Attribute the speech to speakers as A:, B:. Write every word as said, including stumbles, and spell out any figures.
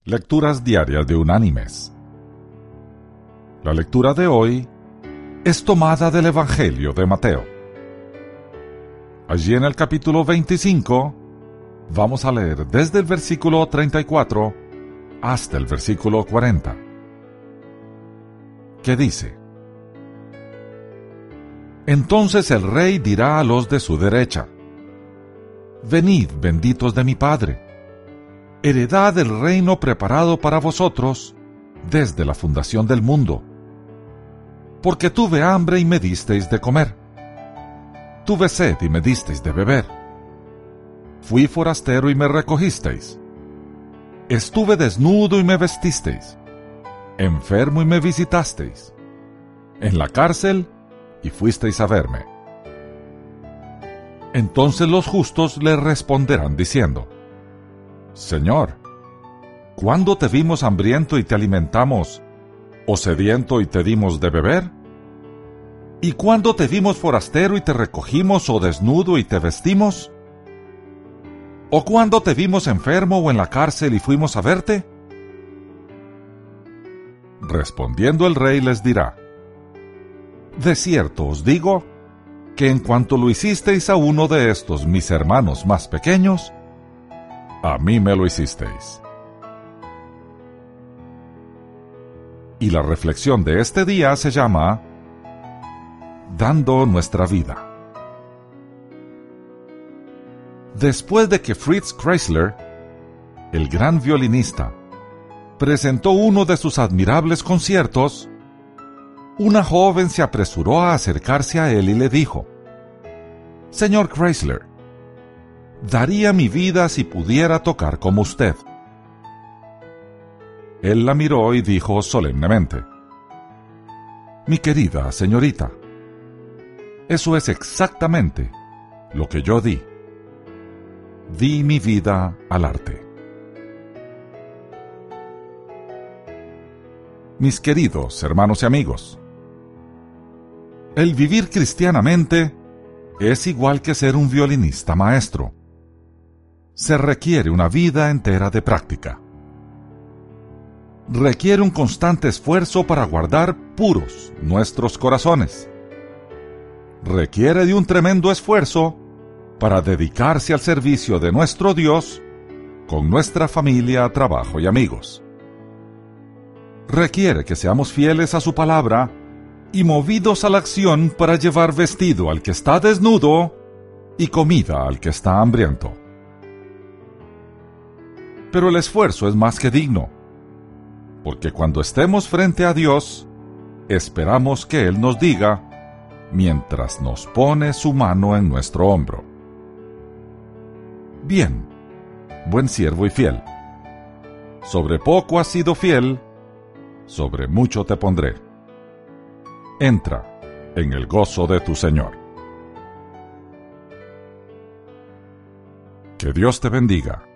A: Lecturas diarias de Unánimes. La lectura de hoy es tomada del Evangelio de Mateo. Allí en el capítulo veinticinco vamos a leer desde el versículo treinta y cuatro hasta el versículo cuarenta, que dice: Entonces el rey dirá a los de su derecha: Venid, benditos de mi Padre, heredad del reino preparado para vosotros desde la fundación del mundo. Porque tuve hambre y me disteis de comer. Tuve sed y me disteis de beber. Fui forastero y me recogisteis. Estuve desnudo y me vestisteis. Enfermo y me visitasteis. En la cárcel y fuisteis a verme. Entonces los justos le responderán diciendo: Señor, ¿cuándo te vimos hambriento y te alimentamos, o sediento y te dimos de beber? ¿Y cuándo te vimos forastero y te recogimos, o desnudo y te vestimos? ¿O cuándo te vimos enfermo o en la cárcel y fuimos a verte? Respondiendo el rey les dirá: De cierto os digo, que en cuanto lo hicisteis a uno de estos mis hermanos más pequeños, a mí me lo hicisteis. Y la reflexión de este día se llama Dando nuestra vida. Después de que Fritz Kreisler, el gran violinista, presentó uno de sus admirables conciertos, una joven se apresuró a acercarse a él y le dijo: Señor Kreisler, daría mi vida si pudiera tocar como usted. Él la miró y dijo solemnemente: Mi querida señorita, eso es exactamente lo que yo di. Di mi vida al arte. Mis queridos hermanos y amigos, el vivir cristianamente es igual que ser un violinista maestro. Se requiere una vida entera de práctica. Requiere un constante esfuerzo para guardar puros nuestros corazones. Requiere de un tremendo esfuerzo para dedicarse al servicio de nuestro Dios con nuestra familia, trabajo y amigos. Requiere que seamos fieles a su palabra y movidos a la acción para llevar vestido al que está desnudo y comida al que está hambriento. Pero el esfuerzo es más que digno, porque cuando estemos frente a Dios, esperamos que Él nos diga, mientras nos pone su mano en nuestro hombro: Bien, buen siervo y fiel. Sobre poco has sido fiel, sobre mucho te pondré. Entra en el gozo de tu Señor. Que Dios te bendiga.